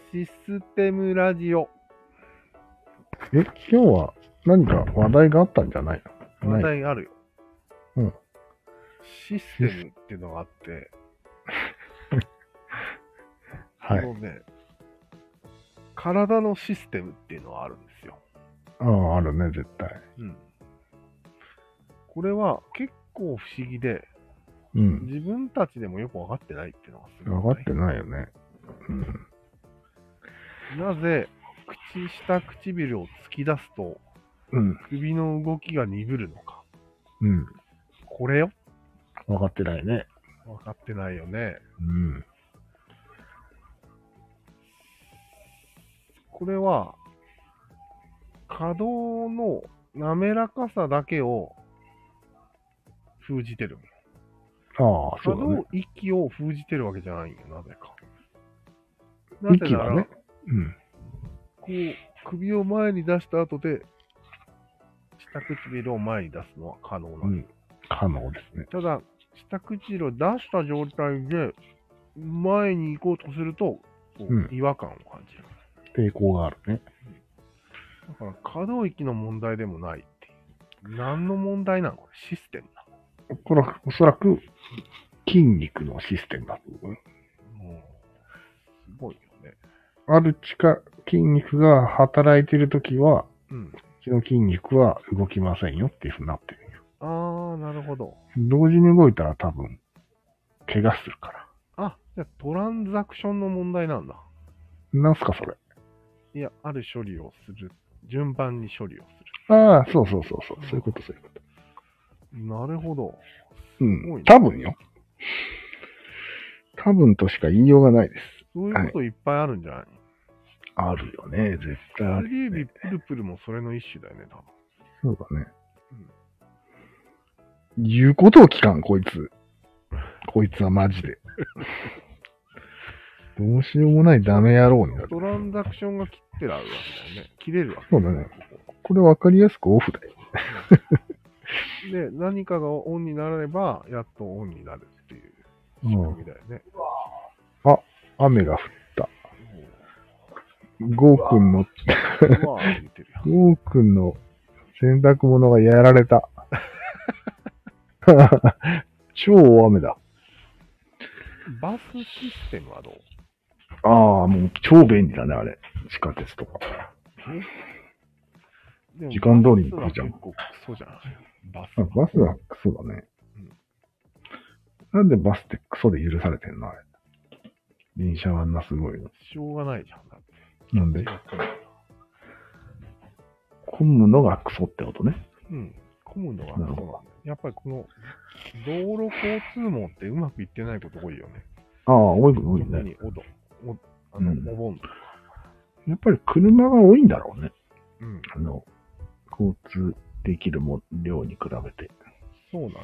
システムラジオ。 今日は何か話題があったんじゃないの？ 話ない。 題あるよ。 うん。 システムっていうのがあって、 はい。 ね、体のシステムっていうのがあるんですよ。 ああ、あるね、絶対。 うん。これは結構不思議で、 うん。 自分たちでもよく分かってないっていうのがすごい。 分かってないよね。うん。 なぜ下唇を突き出すとうん。 首の動きが鈍るのか。 うん。 これよ。 分かってないね。 分かってないよね。 うん。 これは可動の滑らかさだけを封じてる。 ああ、そ可動うだね。 域を封じてるわけじゃないよ、なぜか。なぜなら、 息はね。うん。 こう、首を前に出した後で、下唇を前に出すのは可能なの。 うん。可能ですね。 ただ、下唇を出した状態で、前に行こうとすると、違和感を感じる。 抵抗があるね。 だから、可動域の問題でもないっていう。何の問題なの？これシステムなの？ これはおそらく筋肉のシステムだと思う。 もう、すごいよね。 ある筋肉が働いているときは、 うん。 その筋肉は動きませんよっていうふうになってるよ。 あー、なるほど。 同時に動いたら多分、怪我するから。 あ、じゃあトランザクションの問題なんだ。 なんすか、それ。 いや、ある処理をする。順番に処理をすああ、そうそうそうそう。そういうこと、そういうこと。 る。なるほど。 うすごいね。 ん。多分よ。多分としか言いようがないです。 そういうこといっぱいあるんじゃないの？ あるよね。絶対あるよね。 薬指プルプルもそれの一種だよね、多分。 そうだね。言うことを聞かん、こいつ。こいつはマジで。どうしようもないダメ野郎になる。 トランザクションが切ってあるわけだよね。切れるわけそうだね。これわかりやすくオフだよ。 で、何かがオンになれば、やっとオンになるっていう仕組みだよね。 あ、雨が降った。ゴーくんの、 うわー言ってるよ。 ゴーくんの洗濯物がやられた。超大雨だ。 バスシステムはどう？ ああ、もう超便利だね、あれ。地下鉄とか。 でも時間通りに来るじゃん。 結構クソじゃん。バス。 バスはクソだね。なんでバスってクソで許されてんのあれ。電車はあんなすごいの。 しょうがないじゃん。だって。 なんで混むのがクソってことね。 うん。混むのがクソなんだよ。やっぱりこの道路交通網ってうまくいってないこと多いよね。 ああ、多いね。 特にお盆とか。 やっぱり車が多いんだろうね。 うん。 交通できる量に比べて。 そうなんや。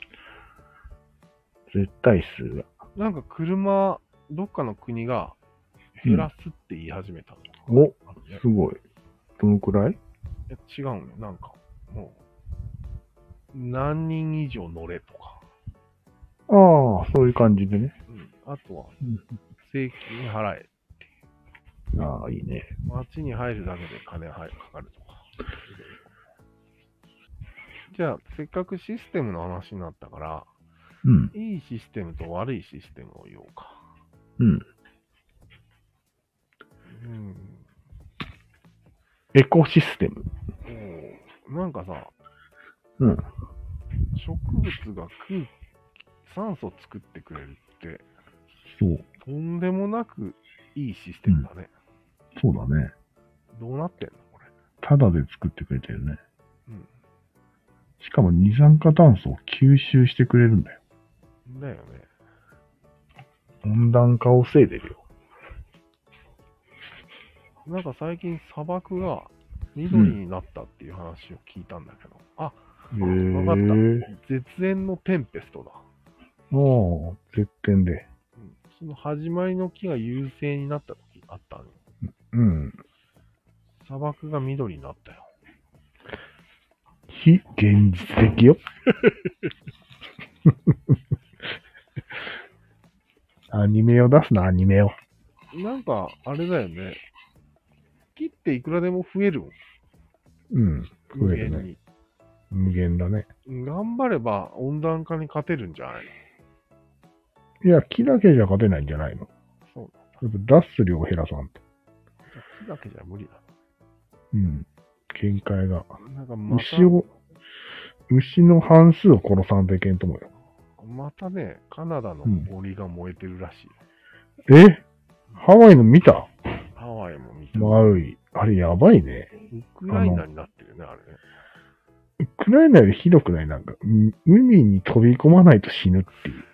絶対数が。 なんか車、どっかの国が減らすって言い始めたの。 お、すごい。どのくらい？ いや違うのよ。なんか、もう、何人以上乗れとか。 ああ、そういう感じでね。 うん。あとは、税金払え。 ああ、いいね。 街に入るだけで金かかるとか。じゃあ、せっかくシステムの話になったから、いいシステムと悪いシステムを言おうか。 エコシステム。 なんかさ、植物が酸素作ってくれるって、とんでもなくいいシステムだね。 そうだね。 どうなってんのこれ。 ただで作ってくれてるね。しかも二酸化炭素を吸収してくれるんだよ。 だよね。 温暖化を防いでるよ。 なんか最近砂漠が緑になったっていう話を聞いたんだけど。わかった。絶縁のテンペストだ。 絶縁で。 その始まりの木が優勢になった時あったの。砂漠が緑になったよ。 非現実的よ。アニメを出すな、アニメを。 なんか、あれだよね。木っていくらでも増えるもん。 うん。増無えるね。 限に。 無限だね。 頑張れば温暖化に勝てるんじゃないの？ いや、木だけじゃ勝てないんじゃないの？ そうやっぱ出す量を減らさんと。 木だけじゃ無理だ。 うん。限界が。 なんかまた、 牛の半数を殺さんといけんと思うよ。 またね、カナダの森が燃えてるらしい。 え？ハワイの見た？ ハワイも見た。 マウイ。あれやばいね。 ウクライナになってるね、あれね。 ウクライナよりひどくない？なんか、海に飛び込まないと死ぬっていう。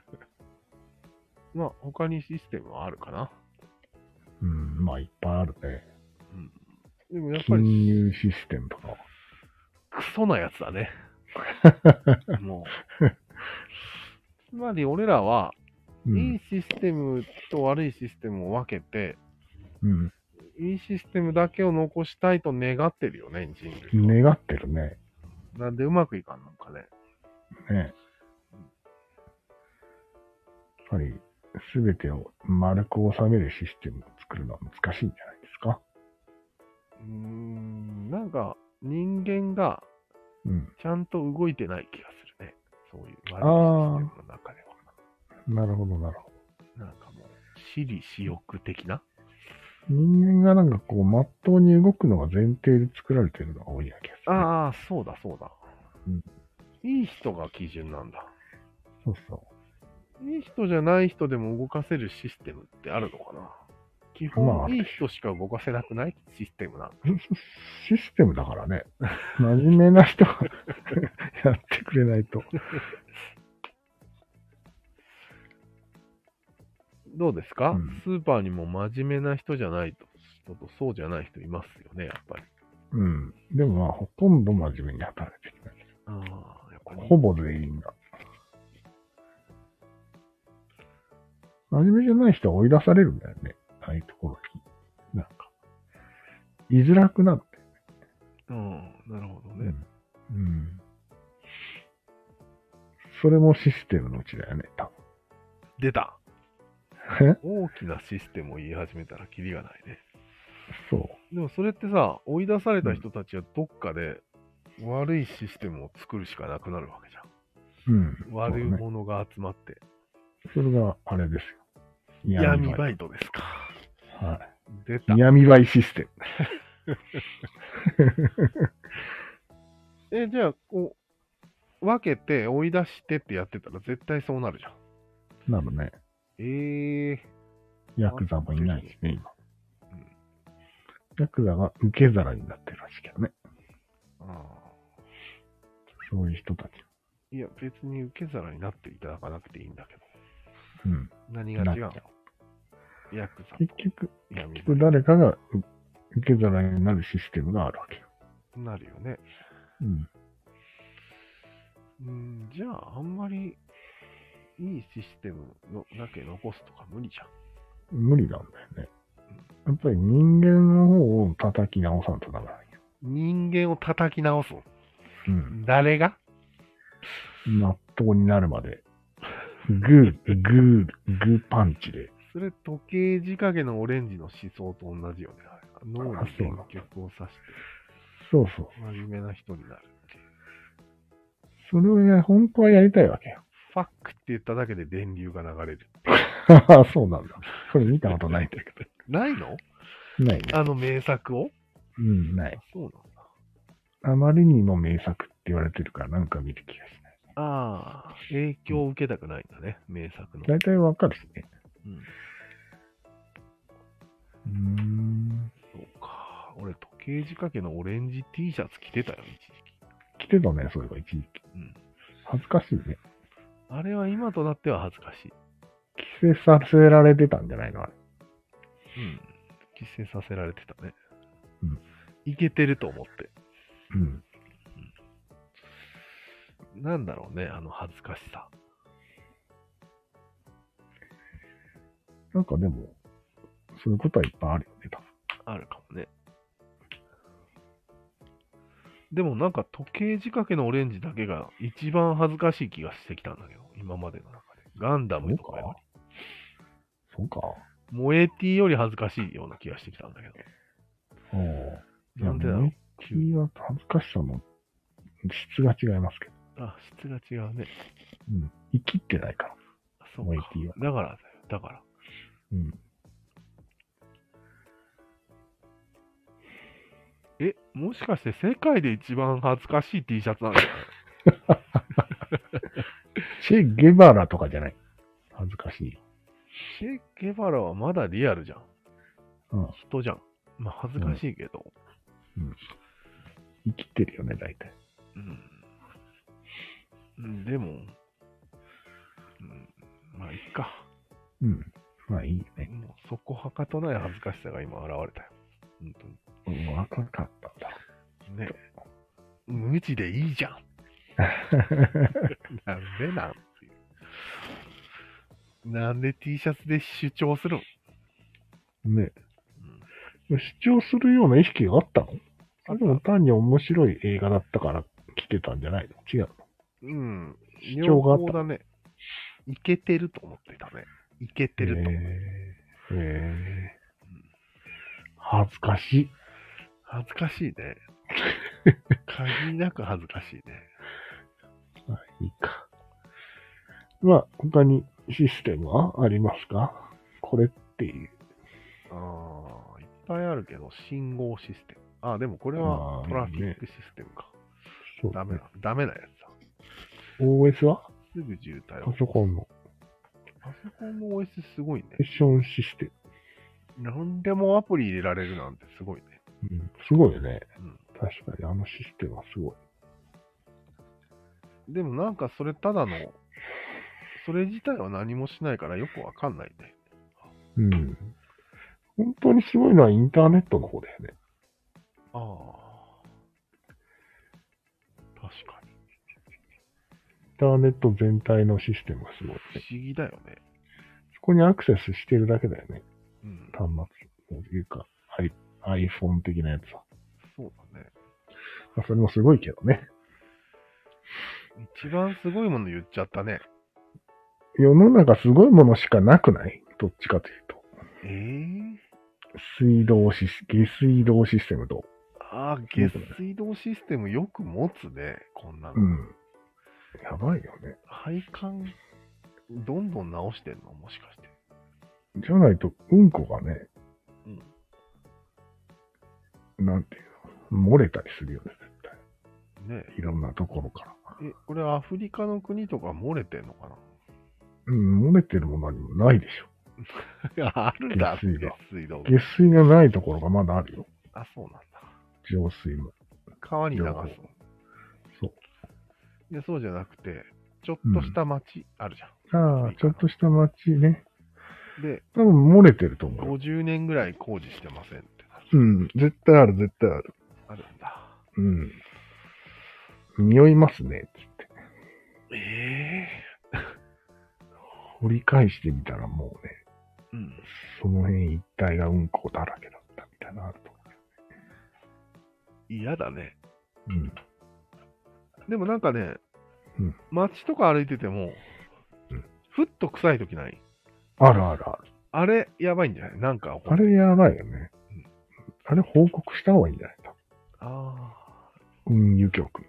まあ、他にシステムはあるかな。 うん、まあいっぱいあるね。 でもやっぱり、 金融システムとかは。 クソなやつだね。もう。つまり俺らは、いいシステムと悪いシステムを分けて、 うん。 いいシステムだけを残したいと願ってるよね、人類は。 願ってるね。 なんでうまくいかんのかね。 ね。やっぱり、すべてを丸く収めるシステムを作るのは難しいんじゃないですか。 なんか、人間がうん。 ちゃんと動いてない気がするね。そういう悪いシステムの中では。 なるほど、なるほなんかもう、私利私欲的な。 ど。人間がなんかこう、まっとうに動くのが前提で作られてるのが多いわけですね。 ああ、そうだそうだ。 うんいい人が基準なんだ。 そうそいい人じゃない人でも動かせるシステムってあるのかな。基本、 まあいい人しか動かせなくないシステムなの。 う。システムだからね。真面目な人がやってくれないと。 どうですか、 うんスーパーにも真面目な人じゃない人とそうじゃない人いますよね、やっぱり。 うん。でもまあ、ほとんど真面目に働いてきた。 ああ、やっぱり。 ほぼ全員が。真面目じゃない人は追い出されるんだよね。ああいうところに。なんか、居づらくなって。 うん、なるほどね。 うん。それもシステムのうちだよね、多出た。 分。 大きなシステムを言い始めたらキリがないね。 そう。 でもそれってさ、追い出された人たちはどっかで悪いシステムを作るしかなくなるわけじゃん。 うん。 悪いそうね者が集まって。 それがあれですよ。 闇バイトですか。 は出たい。。闇バイシステじゃあ、こう、分けて追い出してってやってたら絶対そうなるじゃん。 ム。なのね。ヤクザもいないしね、今。ヤクザが受け皿になってるらしいけどね。 あそういう人たち。 いや、別に受け皿になっていただかなくていいんだけど。 うん。 何が違うのなっちゃヤクザ結局、 闇誰かが受け皿になるシステムがあるわけよ。 なるよね。じゃあ、あんまりいいシステムのだけ残すとか無理じゃん。 無理なんだよね。やっぱり人間の方を叩き直さんとダメなんよ。 人間を叩き直す。 うん。 誰がまっとうになるまで。グーパンチで。 それ、時計仕掛けのオレンジの思想と同じよね。脳に電極を刺して、 そうそう。 真面目な人になるっていう。 それをね、本当はやりたいわけよ。 ファックって言っただけで電流が流れる。 そうなんだ。それ見たことないんだけど。 ないのないね。 あの名作をうん、ない。 そうなんだ。 あまりにも名作って言われてるからなんか見る気がしない。 ああ、影響を受けたくないんだね、名作の。 大体わかるしね。 うん。そうか。俺、時計仕掛けのオレンジ T シャツ着てたよ、一時期。 来てたね、そういえば一時期。恥ずかしいね。 あれは今となっては恥ずかしい。 規制させられてたんじゃないのあれ。 規制させられてたね。 いけてると思って。 うん。 なんだろうね、あの恥ずかしさ。 なんかでも、そういうことはいっぱいあるよね、多分。 あるかもね。でもなんか時計仕掛けのオレンジだけが一番恥ずかしい気がしてきたんだけど、今までの中で。ガンダムとかより。 そうか。 萌え T より恥ずかしいような気がしてきたんだけど。 おー。 なんでだろう。 萌え T は恥ずかしさの質が違いますけど。 あ、質が違うね。 うん。生きってないから。 そう萌えか。 T は。 だからだよ。だから。 うん。 もしかして世界で一番恥ずかしい T シャツなんじゃない？ チェ・ゲバラとかじゃない。恥ずかしい。 チェ・ゲバラはまだリアルじゃん。 うん。 人じゃん。まあ恥ずかしいけど。 生きてるよね、大体。 でも、まあいいか。 うん。まあいいよね。 もうそこはかとない恥ずかしさが今現れたよ。本当に。 若かったんだろね。無知でいいじゃん。なんでなんていう。なんで T シャツで主張するの？ う。ね。主張するような意識があったの？それでも単に面白い映画だったから来てたんじゃないの？違うの？主張があった。 だね。いけてると思ってたね。いけてると思って。 恥ずかしい。 恥ずかしいね。限りなく恥ずかしいね。 まあ、いいか。まあ、他にシステムはありますか？これっていう。 いっぱいあるけど、信号システム。でもこれはトラフィックシステムか。 そう、 ダメなやつだ。 OS は？ すぐ渋滞パソコンの。 パソコンの OS すごいね。 セッションシステム。 何でもアプリ入れられるなんてすごいね。 すごいよね。確かにあのシステムはすごい。 でもなんかそれただの、それ自体は何もしないからよくわかんないね。 本当にすごいのはインターネットの方だよね。 確かに。 インターネット全体のシステムがすごいね。 不思議だよね。 そこにアクセスしてるだけだよね。端末というか、iPhone 的なやつは。 そうだね。 それもすごいけどね。 一番すごいもの言っちゃったね。 世の中すごいものしかなくない？どっちかというと。下水道システムと。 下水道システムよく持つね、こんなの。 やばいよね。 配管、どんどん直してんの？もしかして。 じゃないと、うんこがね、なんていうの、漏れたりするよね、絶対。ね。いろんなところから。 これアフリカの国とか漏れてんのかな？ 漏れてるものにもないでしょ。 あるんだ、 下水が。 下水道。 下水がないところがまだあるよ。 そうなんだ。 浄水も。 川に流すの。 そう。 いや、そうじゃなくて、ちょっとした町あるじゃん。 ちょっとした町ね。 で、 多分漏れてると思う。 50年ぐらい工事してませんって。 絶対ある、絶対ある。 あるんだ。 匂いますね、つって。掘り返してみたらもうね、その辺一帯がうんこだらけだったみたいなのあると思う。嫌だね。 うん。 でもなんかね、街とか歩いてても、ふっと臭いときない？ あるあるある。 あれ、やばいんじゃない？なんか。 あれやばいよね。あれ報告した方がいいんじゃないか。運輸局。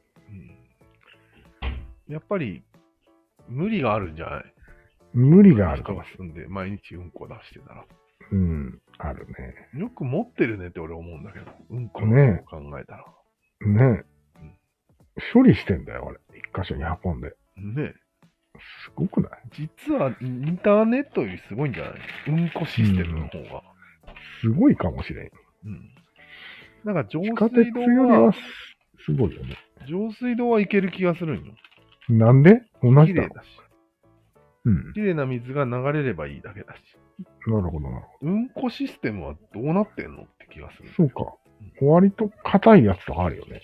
やっぱり、無理があるんじゃない？ 無理があるかも人が住んで、毎日うんこ出してたら。 あるね。 よく持ってるねって俺思うんだけど、うんこのことを考えたら。 ね処理してんだよ、あれ。一箇所に運んで。 ねすごくない？ 実はインターネットよりすごいんじゃない？うんこシステムの方が。 すごいかもしれん。 なんか浄地下鉄水より道は、 はすごいよね。 浄水道はいける気がするんよ。 なんで？同じだろ。 綺麗だし。綺麗な水が流れればいいだけだし。 なるほど、なるほうんこシステムはどうなってんのって気がする。 ど。そうか。割と硬いやつとかあるよね。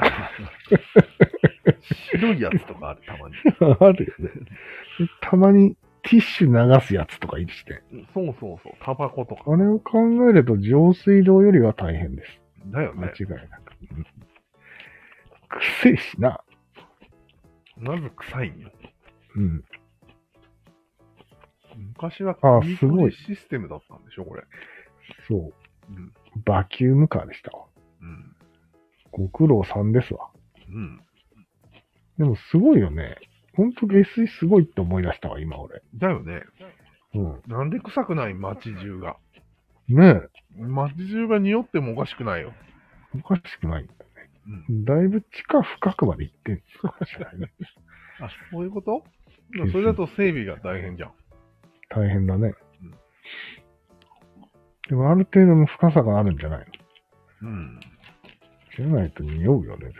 白いやつとかある、たまに。 あるよね。たまにティッシュ流すやつとかいるして。 そう、タバコとか。 あれを考えると浄水道よりは大変です。 だよね。 間違いなく。くせえしな。 まず臭いんよ。 昔はあ、 組みすごい取りシステムだったんでしょ、これ。 そう。 うん。 バキュームカーでしたわ。 うん。 ご苦労さんですわ。 うん。 でもすごいよね。ほんと下水すごいって思い出したわ、今俺。 だよね。 うん。 なんで臭くない街中が。 ね街中が匂ってもおかしくないよ。 え、おかしくないんだようん。 ね。だいぶ地下深くまで行ってんのかもしれないね。 あ、そういうことそれだと整備が大変じゃん。 大変だね。 うんでもある程度の深さがあるんじゃないの？ うん。 じゃないと匂うよね、絶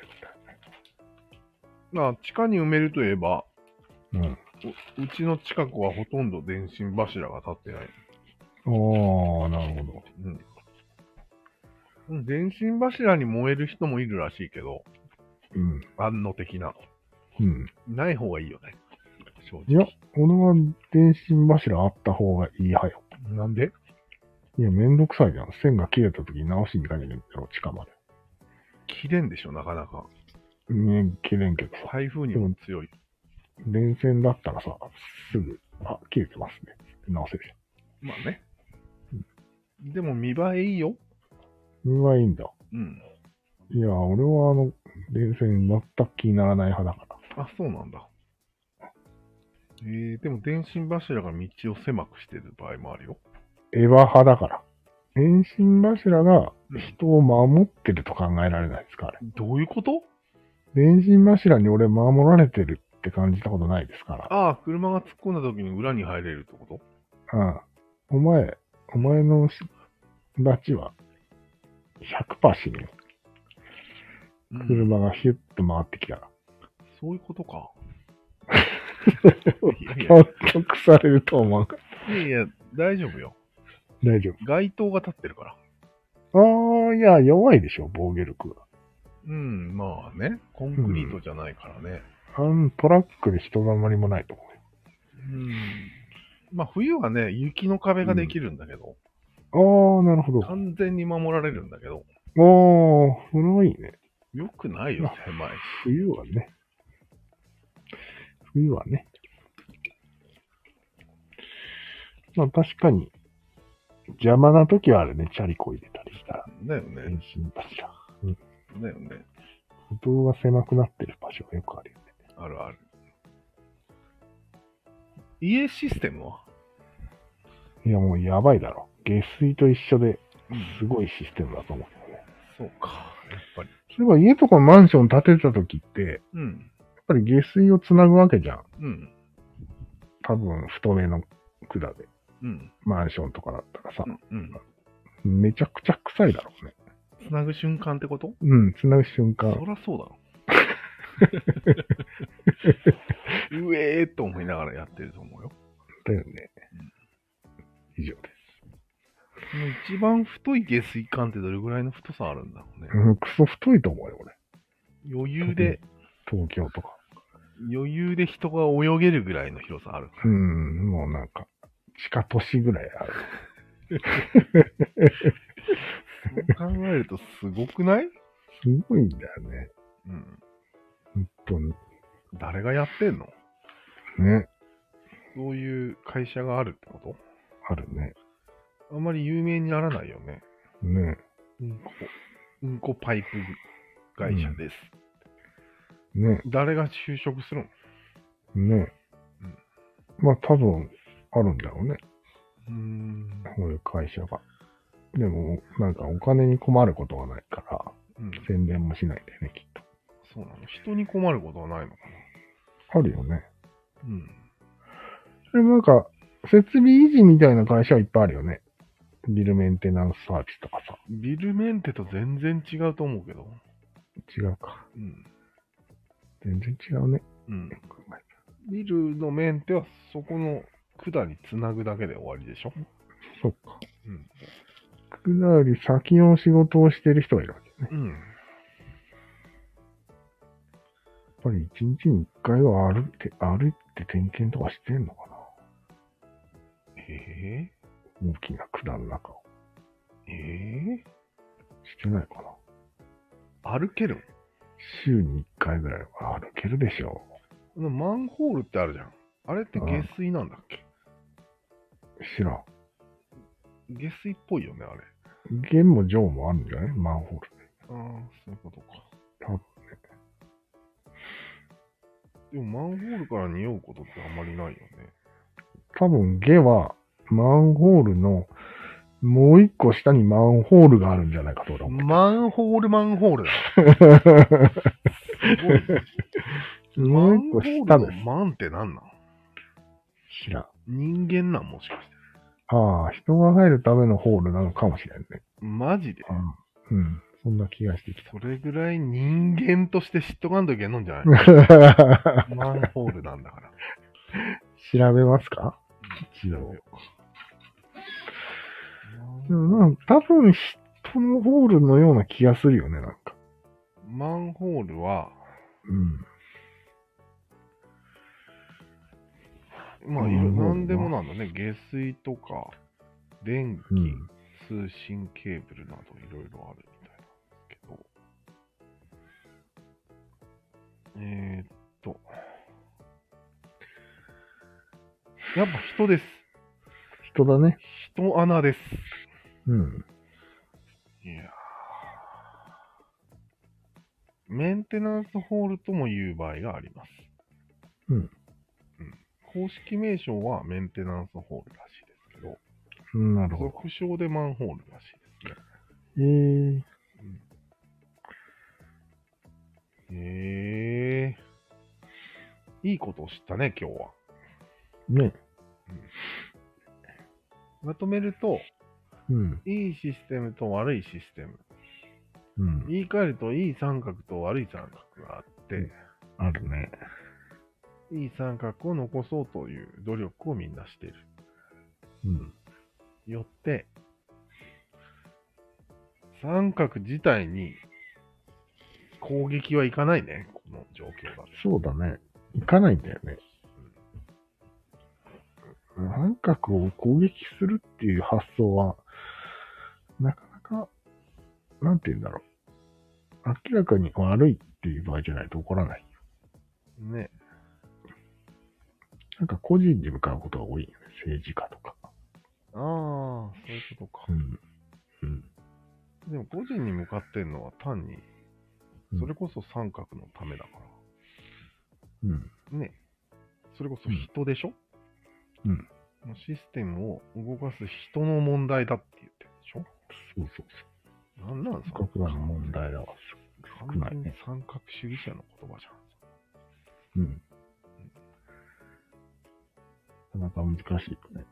まあ、地下に埋めるといえば、 対。 うちの近くはほとんど電信柱が立ってない。 うん。ああ、なるほど。 うん。電信柱に燃える人もいるらしいけど、 うん。 安野的な。 うん。 ない方がいいよね。正いや直。、 俺は電信柱あった方がいい派よ。 なんでいや、めんどくさいじゃん。線が切れた時に直しに行かなきゃいけないんだろ、地下まで。 切れんでしょ、なかなか。 ね、切れんけどさ。 台風にも強い。 電線だったらさ、すぐ、あ、切れてますね。直せるじまあね。でも見栄えいいよ。 ゃん。はいいんだ。 うん。 いや、俺は電線全く気にならない派だかあ、そうなんだ。でも電信柱が道を狭くしてる場合もあるよ。 ら。エヴァ派だから。電信柱が人を守ってると考えられないですか、あれ。 どういうこと電信柱に俺守られてるって感じたことないですから。 ああ、車が突っ込んだ時に裏に入れるってことうん。お前の拉致は100%死ぬよ。車がヒュッと回ってきたら。 そういうことか。 納得されると思うか。 いやいや、大丈夫よ。 大丈街灯が立ってるから。 夫。ああ、いや、弱いでしょ、防御力が。 うん、まあね。コンクリートじゃないからね。 トラックで人だまりもないと思まあ冬はね、雪の壁ができるんだけど、 うよ。ああ、なるほど。ああ、 完全に守られるんだけど、 それはいいね。 よくないよ、狭いし。 冬はね。冬はね。まあ確かに、邪魔な時はあるね、チャリコ入れたりしたら。 だよね。 電信柱。 だよね。 歩道が狭くなってる場所がよくあるよね。 あるある。家システムはいや、もうやばいだろ。下水と一緒でうんすごいシステムだと思うけどね。 そうか。やっぱり。 そういえば家とかマンション建てた時って、やっうん。 ぱり下水をつなぐわけじゃん。 うん。 多分太めの管で。 うん。 マンションとかだったらさ、 うん。 めちゃくちゃ臭いだろうね。 つなぐ瞬間ってことつなぐ瞬間。 そらそうだろ。うえーっと思いながらやってると思うよ。 だよね。以上でその一番太い下水管ってどれぐらいの太さあるんだろうね。 す。クソ太いと思うよ、俺。 余裕で、 東京とか。 余裕で人が泳げるぐらいの広さある。 もうなんか、地下都市ぐらいある。 そう考えるとすごくない？ すごいんだよね。 うん。 本当に。 誰がやってんの？ ね。 そういう会社があるってこあるね。 と？あんまり有名にならないよね。 ね。 うんこパイプ会社です。 ね。 誰が就職するの？ ね。まあ多分、あるんだろうね。こういう会社が。でも、なんかお金に困ることがないから、宣伝もしないんだよね、きっと。 そうなの？人に困ることはないのかあるよね。 な？ でもなんか、設備維持みたいな会社はいっぱいあるよね。ビルメンテナンスサービスとかさ。 ビルメンテと全然違うと思うけど。 違うか。全然違うね。 ビルのメンテはそこの管につなぐだけで終わりでしょ？ そっか。管より先の仕事をしてる人がいるわけね。やっぱり一日に一回は歩いて点検とかしてんのかな。大きな管の中を。してないかな。歩ける？ 週に一回ぐらいは歩けるでしょう。マンホールってあるじゃん。あれって下水なんだっけ？ 知らん。 下水っぽいよね、あれ。 弦も上もあるんじゃないマンホールで。 ああ、そういうことか。 多分ね。 でもマンホールから匂うことってあんまりないよね。 多分下はマンホールのもう一個下にマンホールがあるんじゃないかと俺は思ってた。 マンホールだ。すごい。 もう一個下です。 マンって何なん？ 知らん。 人間なんもしかして。 ああ、人が入るためのホールなのかもしれんね。 マジで？ うん。そんな気がしてきた。 それぐらい人間として知っとかんといけんのんじゃない？マンホールなんだから。 調べますか？一応。でも多分人のホールのような気がするよね、なんか。 マンホールは、まあ、なんでもなんだね。下水とか、電気、通信ケーブルなどいろいろあるみたいなんですけど。やっぱ人です。 人だね。 人穴です。 うん。 いやメンテナンスホールとも言う場合があります。 うん。 公式名称はメンテナンスホールらしいですけど、 なるほど。 俗称でマンホールらしいですね。いいことを知ったね、今日は。 ね。 まとめると、いいシステムと悪いシステム。言い換えると、いい三角と悪い三角があって、 あるね。 いい三角を残そうという努力をみんなしている。よって、三角自体に攻撃はいかないね、この状況だと。 そうだね。いかないんだよね。三角を攻撃するっていう発想は、なかなか、なんて言うんだろう。明らかに悪いっていう場合じゃないと起こらない。 ね。 なんか個人に向かうことが多いよね。政治家とか。 ああ、そういうことか。でも個人に向かってるのは単に、それこそ三角のためだから。ね。それこそ人でしょ？システムを動かす人の問題だって言ってるでしょ？ そう。 なんなん三角の問題だわ。少ないね。 三角主義者の言葉じゃん。 なかなか難しいよね。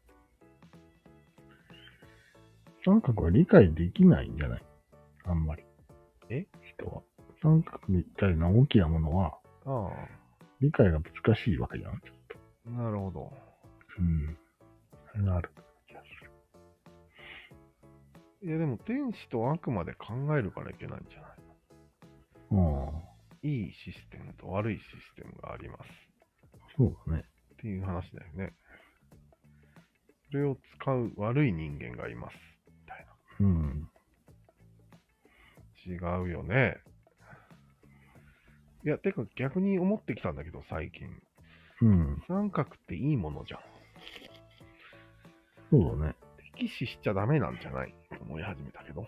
三角は理解できないんじゃない？あんまり。人は。三角みたいな大きなものは、理解が難しいわけじゃん、ちょっと。 なるほど。 なる気がする。いや、でも天使と悪魔で考えるからいけないんじゃないの？いいシステムと悪いシステムがあります。 そうだね。 っていう話だよね。それを使う悪い人間がいます。みたいな。違うよね。いや、てか逆に思ってきたんだけど、最近。三角っていいものじゃん。 そうだね。 敵視しちゃダメなんじゃないと思い始めたけど。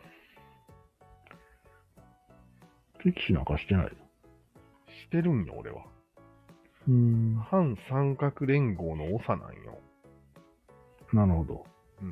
敵視なんかしてないよ。 してるんよ、俺は。反三角連合の長なんよ。 なるほど。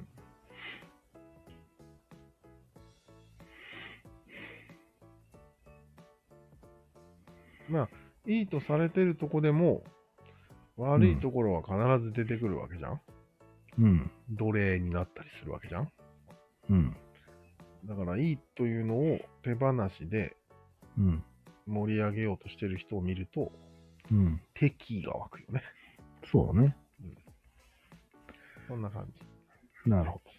まあ、いいとされてるとこでも、悪いところは必ず出てくるわけじゃん。奴隷になったりするわけじゃん。だから、いいというのを手放しで盛り上げようとしてる人を見ると、敵意が湧くよね。 そうだね。 そんな感じ。 なるほど。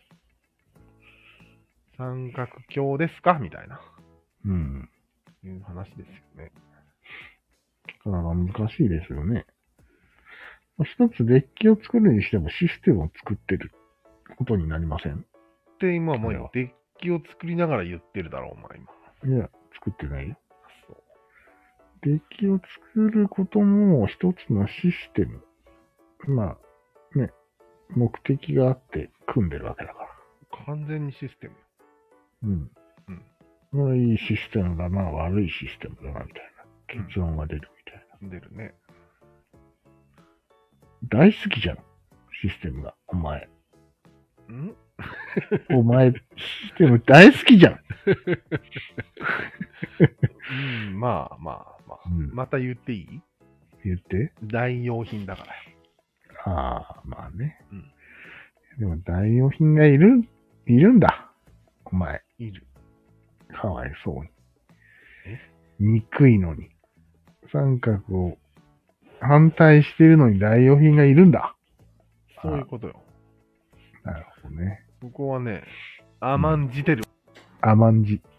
三角鏡ですかみたいな。いう話ですよね。 だから難しいですよね。一つデッキを作るにしてもシステムを作ってることになりません？ って今もうデッキを作りながら言ってるだろう、お前今。いや、作ってないよ。デッキを作ることも一つのシステム。まあ、ね。 目的があって組んでるわけだから。 完全にシステム。 うん。うん。これいいシステムだな、悪いシステムだな、みたいな。結論が出るみたいな。 出るね。 大好きじゃん。システムが。お前。 んお前、システム大好きじゃん。 うん、まあまあまあ。うん、また言っていい？ 言って。 代用品だから。 ああ、まあね。うん。でも代用品がいるんだ。お前。 いる。 かわいそうに。憎いのに。三角を反対してるのに代用品がいるんだ。 そういうことよ。 なるほどね。 ここはね、甘んじてる。 甘んじ。